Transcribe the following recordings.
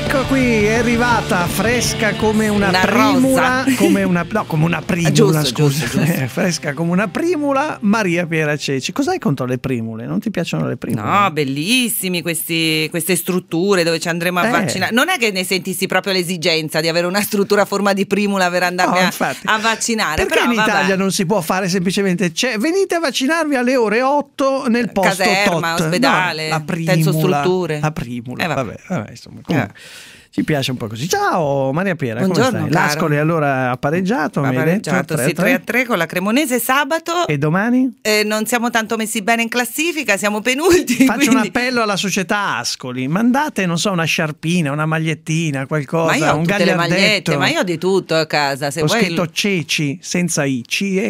Ecco qui, è arrivata fresca come una primula, come una primula, giusto, scusa, giusto. Fresca come una primula, Maria Piera Ceci. Cos'hai contro le primule? Non ti piacciono le primule? No, bellissimi queste strutture dove ci andremo a vaccinare. Non è che ne sentissi proprio l'esigenza di avere una struttura a forma di primula per andarmi a vaccinare. Perché però, in Italia non si può fare semplicemente venite a vaccinarvi alle ore 8 nel posto caserma, tot. ospedale, No, la primula, terzo strutture. La primula, vabbè, insomma, ci piace un po' così. Ciao Maria Piera, buongiorno, come stai? L'Ascoli allora ha pareggiato, mi hai detto? Sì, 3-3 con la Cremonese sabato. E domani? Non siamo tanto messi bene in classifica, siamo penultimi. Faccio un appello alla società Ascoli, mandate, non so, una sciarpina, una magliettina, qualcosa, ma io ho un tutte gagliardetto. Le magliette, ma io ho di tutto a casa. Se ho vuoi scritto Ceci, senza I,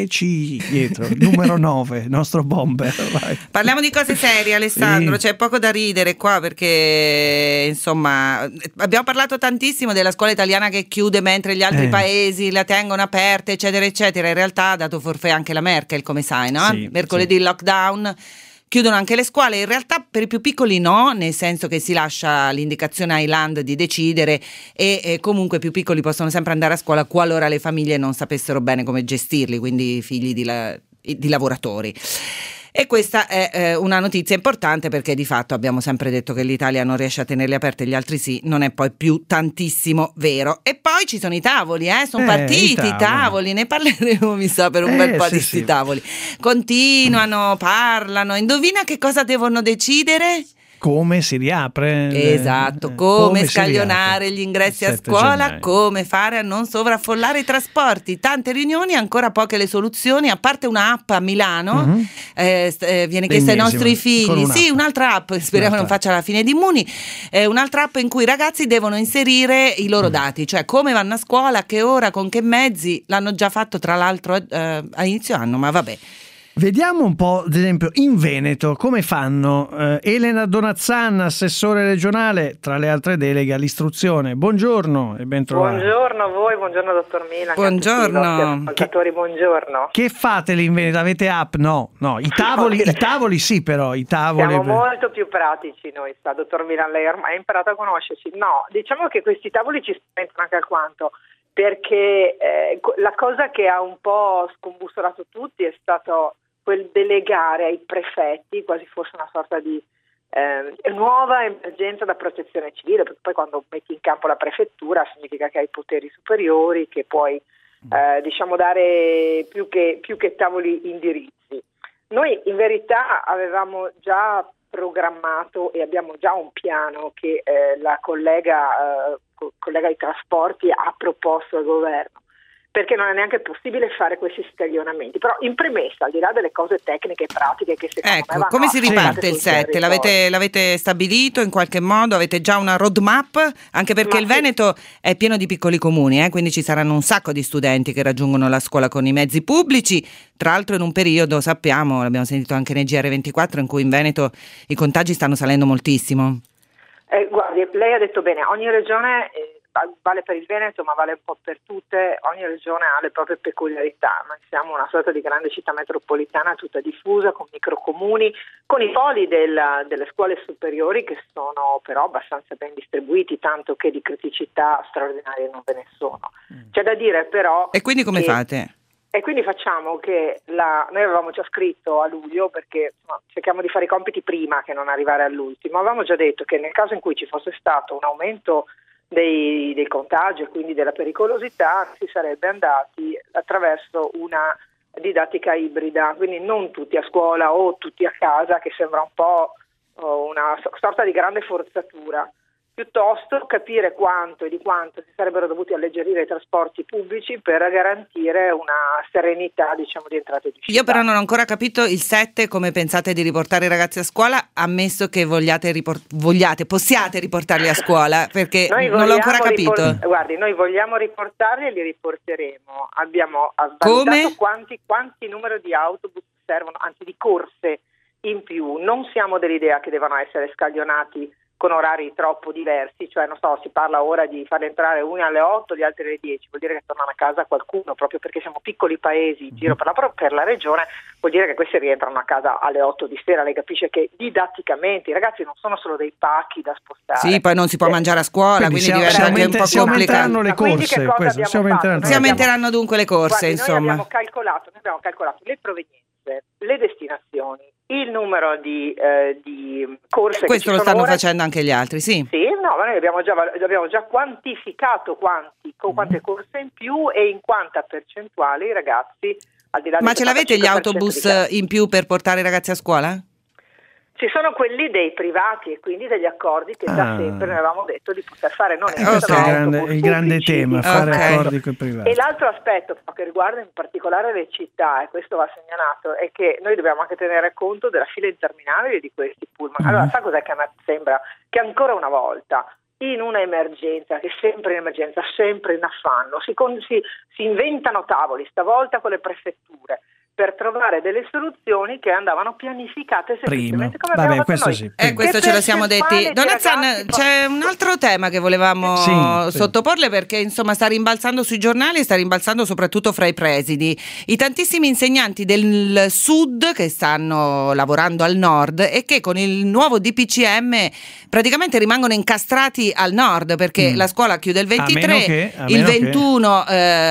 C dietro, numero 9, nostro bomber. Vai. Parliamo di cose serie, Alessandro, sì. C'è poco da ridere qua perché insomma abbiamo parlato tantissimo della scuola italiana che chiude mentre gli altri paesi la tengono aperte, eccetera eccetera. In realtà ha dato forfait anche la Merkel, come sai, no? Sì, mercoledì lockdown, chiudono anche le scuole. In realtà per i più piccoli no, nel senso che si lascia l'indicazione ai land di decidere e comunque i più piccoli possono sempre andare a scuola qualora le famiglie non sapessero bene come gestirli, quindi figli di lavoratori. E questa è una notizia importante perché di fatto abbiamo sempre detto che l'Italia non riesce a tenerli aperti e gli altri sì, non è poi più tantissimo vero. E poi ci sono i tavoli, sono partiti i tavoli, ne parleremo mi sa per un bel po' di sti tavoli. Continuano, parlano, indovina che cosa devono decidere? Come si riapre? Esatto, come scaglionare gli ingressi a scuola, come fare a non sovraffollare i trasporti. Tante riunioni, ancora poche le soluzioni, a parte un'app a Milano, viene chiesta ai nostri figli. Sì, un'altra app, speriamo non faccia la fine di Muni, un'altra app in cui i ragazzi devono inserire i loro dati, cioè come vanno a scuola, a che ora, con che mezzi. L'hanno già fatto tra l'altro a inizio anno, ma vabbè. Vediamo un po', ad esempio, in Veneto come fanno. Elena Donazzan, assessore regionale, tra le altre deleghe all'istruzione. Buongiorno e ben trovati. Buongiorno a voi, buongiorno dottor Milan. Buongiorno. Ascoltatori, buongiorno. Che fate lì in Veneto? Avete app? No, i tavoli sì, però i tavoli. Siamo molto più pratici noi, dottor Milan, lei ormai ha imparato a conoscerci. No, diciamo che questi tavoli ci spaventano anche alquanto, perché la cosa che ha un po' scombussolato tutti è stato quel delegare ai prefetti quasi fosse una sorta di nuova emergenza da protezione civile, perché poi quando metti in campo la prefettura significa che hai poteri superiori, che puoi dare più che tavoli indirizzi. Noi in verità avevamo già programmato e abbiamo già un piano che la collega ai trasporti ha proposto al governo, perché non è neanche possibile fare questi scaglionamenti. Però in premessa, al di là delle cose tecniche e pratiche che secondo me vanno come si riparte il 7? L'avete stabilito in qualche modo? Avete già una roadmap? Anche perché il Veneto è pieno di piccoli comuni, quindi ci saranno un sacco di studenti che raggiungono la scuola con i mezzi pubblici, tra l'altro in un periodo, sappiamo, l'abbiamo sentito anche nei GR24, in cui in Veneto i contagi stanno salendo moltissimo. Guardi, lei ha detto bene, ogni regione vale per il Veneto, ma vale un po' per tutte. Ogni regione ha le proprie peculiarità. Noi siamo una sorta di grande città metropolitana tutta diffusa, con microcomuni, con i poli delle scuole superiori che sono però abbastanza ben distribuiti, tanto che di criticità straordinarie non ve ne sono. C'è da dire però... E quindi come fate? E quindi facciamo che noi avevamo già scritto a luglio, perché cerchiamo di fare i compiti prima che non arrivare all'ultimo. Avevamo già detto che nel caso in cui ci fosse stato un aumento dei contagi e quindi della pericolosità, si sarebbe andati attraverso una didattica ibrida, quindi non tutti a scuola o tutti a casa, che sembra un po' una sorta di grande forzatura, piuttosto capire quanto e di quanto si sarebbero dovuti alleggerire i trasporti pubblici per garantire una serenità, di entrata e di uscita. Io però non ho ancora capito il 7 come pensate di riportare i ragazzi a scuola, ammesso che possiate riportarli a scuola, perché non l'ho ancora capito. Guardi, noi vogliamo riportarli e li riporteremo. Abbiamo valutato quanti numero di autobus servono, anzi di corse in più. Non siamo dell'idea che devono essere scaglionati con orari troppo diversi, cioè non so, si parla ora di farli entrare uni alle 8, gli altri alle 10, vuol dire che tornano a casa qualcuno, proprio perché siamo piccoli paesi in giro per la regione, vuol dire che questi rientrano a casa alle 8 di sera. Lei capisce che didatticamente i ragazzi non sono solo dei pacchi da spostare. Sì, poi non si può mangiare a scuola, quindi diventa anche un po' complicato. Le corse, si aumenteranno dunque le corse. Guardi, noi abbiamo calcolato le provenienze, le destinazioni, il numero di corse. Questo lo stanno facendo anche gli altri, sì. Sì, no, ma noi abbiamo già quantificato con quante corse in più e in quanta percentuale i ragazzi, al di là Ma ce l'avete gli autobus in più per portare i ragazzi a scuola? Ci sono quelli dei privati e quindi degli accordi che da sempre ne avevamo detto di poter fare. Non il grande tema, fare accordi con i privati. E l'altro aspetto che riguarda in particolare le città, e questo va segnalato, è che noi dobbiamo anche tenere conto della fila interminabile di questi pullman. Allora, sa cos'è che a me sembra? Che ancora una volta, in una emergenza, che sempre in emergenza, sempre in affanno, si inventano tavoli, stavolta con le prefetture, per trovare delle soluzioni che andavano pianificate semplicemente come abbiamo fatto noi. Sì, questo ce lo siamo detti. Donna Zan, c'è un altro tema che volevamo sottoporle, perché insomma sta rimbalzando sui giornali e sta rimbalzando soprattutto fra i presidi. I tantissimi insegnanti del sud che stanno lavorando al nord e che con il nuovo DPCM praticamente rimangono incastrati al nord, perché la scuola chiude il 23, il 21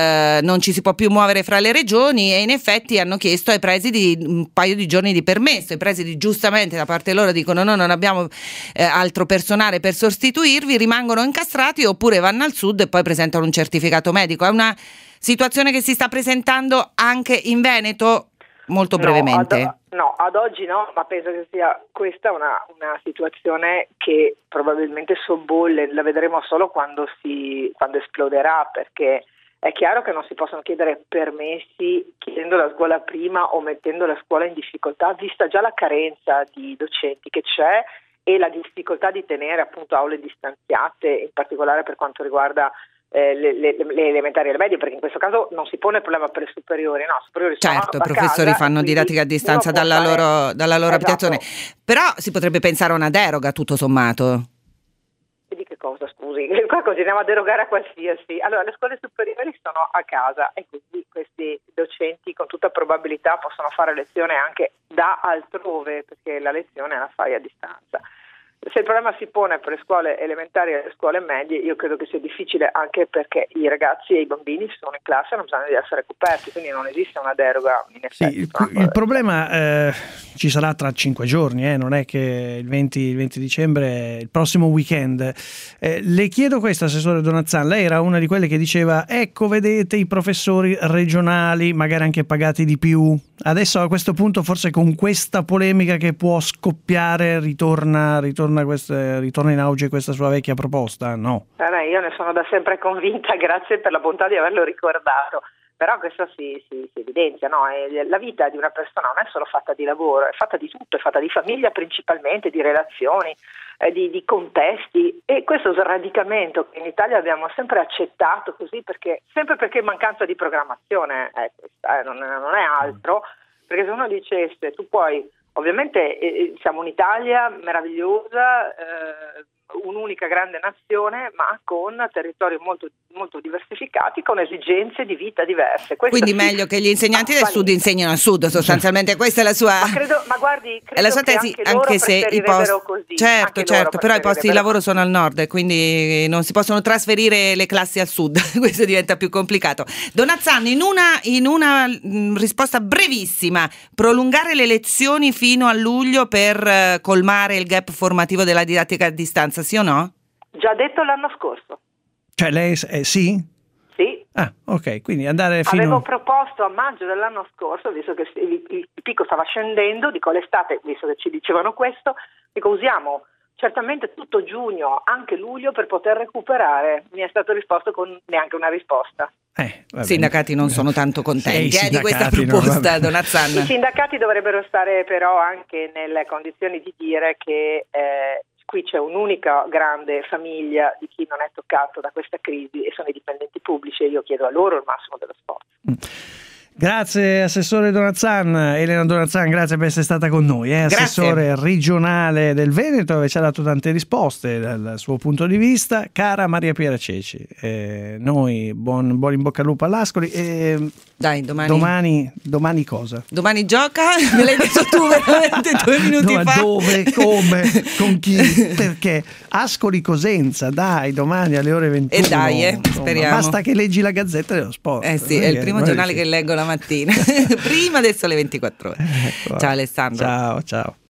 non ci si può più muovere fra le regioni, e in effetti hanno chiesto ai presidi un paio di giorni di permesso. I presidi giustamente da parte loro dicono no, non abbiamo altro personale per sostituirvi, rimangono incastrati oppure vanno al sud e poi presentano un certificato medico. È una situazione che si sta presentando anche in Veneto? Molto brevemente. No, ad oggi no, ma penso che sia questa una situazione che probabilmente sobbolle, la vedremo solo quando esploderà, perché è chiaro che non si possono chiedere permessi chiedendo la scuola prima o mettendo la scuola in difficoltà, vista già la carenza di docenti che c'è e la difficoltà di tenere appunto aule distanziate, in particolare per quanto riguarda le elementari e le medie, perché in questo caso non si pone il problema per le superiori, no, superiori certo, sono i professori casa, fanno didattica a distanza dalla loro abitazione, però si potrebbe pensare a una deroga tutto sommato. E di che cosa, scusi? Qua continuiamo a derogare a qualsiasi. Allora, le scuole superiori sono a casa e quindi questi docenti con tutta probabilità possono fare lezione anche da altrove, perché la lezione la fai a distanza. Se il problema si pone per le scuole elementari e le scuole medie, io credo che sia difficile, anche perché i ragazzi e i bambini sono in classe e hanno bisogno di essere coperti, quindi non esiste una deroga in effetti. Sì, il problema ci sarà tra 5 giorni, non è che il 20 dicembre, il prossimo weekend. Le chiedo questo, assessore Donazzan, lei era una di quelle che diceva ecco, vedete, i professori regionali magari anche pagati di più. Adesso a questo punto forse con questa polemica che può scoppiare ritorna in auge questa sua vecchia proposta? No. Io ne sono da sempre convinta, grazie per la bontà di averlo ricordato, però questo si evidenzia, no? La vita di una persona non è solo fatta di lavoro, è fatta di tutto, è fatta di famiglia principalmente, di relazioni, di contesti, e questo sradicamento che in Italia abbiamo sempre accettato così, perché mancanza di programmazione è questa, non è altro, perché se uno dicesse tu puoi, ovviamente siamo un'Italia meravigliosa, un'unica grande nazione, ma con territori molto, molto diversificati, con esigenze di vita diverse. Quindi meglio che gli insegnanti del sud insegnino al sud, sostanzialmente questa è la sua credo è la sua tesi, anche se i posti così. Certo, però i posti di lavoro sono al nord e quindi non si possono trasferire le classi al sud. Questo diventa più complicato. Donazzan, in una risposta brevissima, prolungare le lezioni fino a luglio per colmare il gap formativo della didattica a distanza, sì o no? Già detto l'anno scorso. Cioè lei sì? Sì. Ah, ok, quindi andare fino... Avevo proposto a maggio dell'anno scorso, visto che il picco stava scendendo, dico l'estate, visto che ci dicevano questo, dico usiamo certamente tutto giugno, anche luglio, per poter recuperare. Mi è stato risposto con neanche una risposta. I sindacati non sono tanto contenti di questa proposta, Donazzan. I sindacati dovrebbero stare però anche nelle condizioni di dire che qui c'è un'unica grande famiglia di chi non è toccato da questa crisi e sono i dipendenti pubblici, e io chiedo a loro il massimo dello sforzo. Grazie Assessore Donazzan, Elena Donazzan, grazie per essere stata con noi, Assessore regionale del Veneto, e ci ha dato tante risposte dal suo punto di vista. Cara Maria Piera Ceci, noi buon in bocca al lupo all'Ascoli. Dai, domani cosa? Domani gioca? Me l'hai detto tu veramente 2 minuti fa. Dove, come, con chi, perché? Ascoli Cosenza, dai, domani alle ore 21. E dai, speriamo. Basta che leggi la Gazzetta dello Sport. Sì, è il primo giornale che leggo la mattina, prima del Sole 24 Ore. Ecco. Ciao Alessandro. Ciao.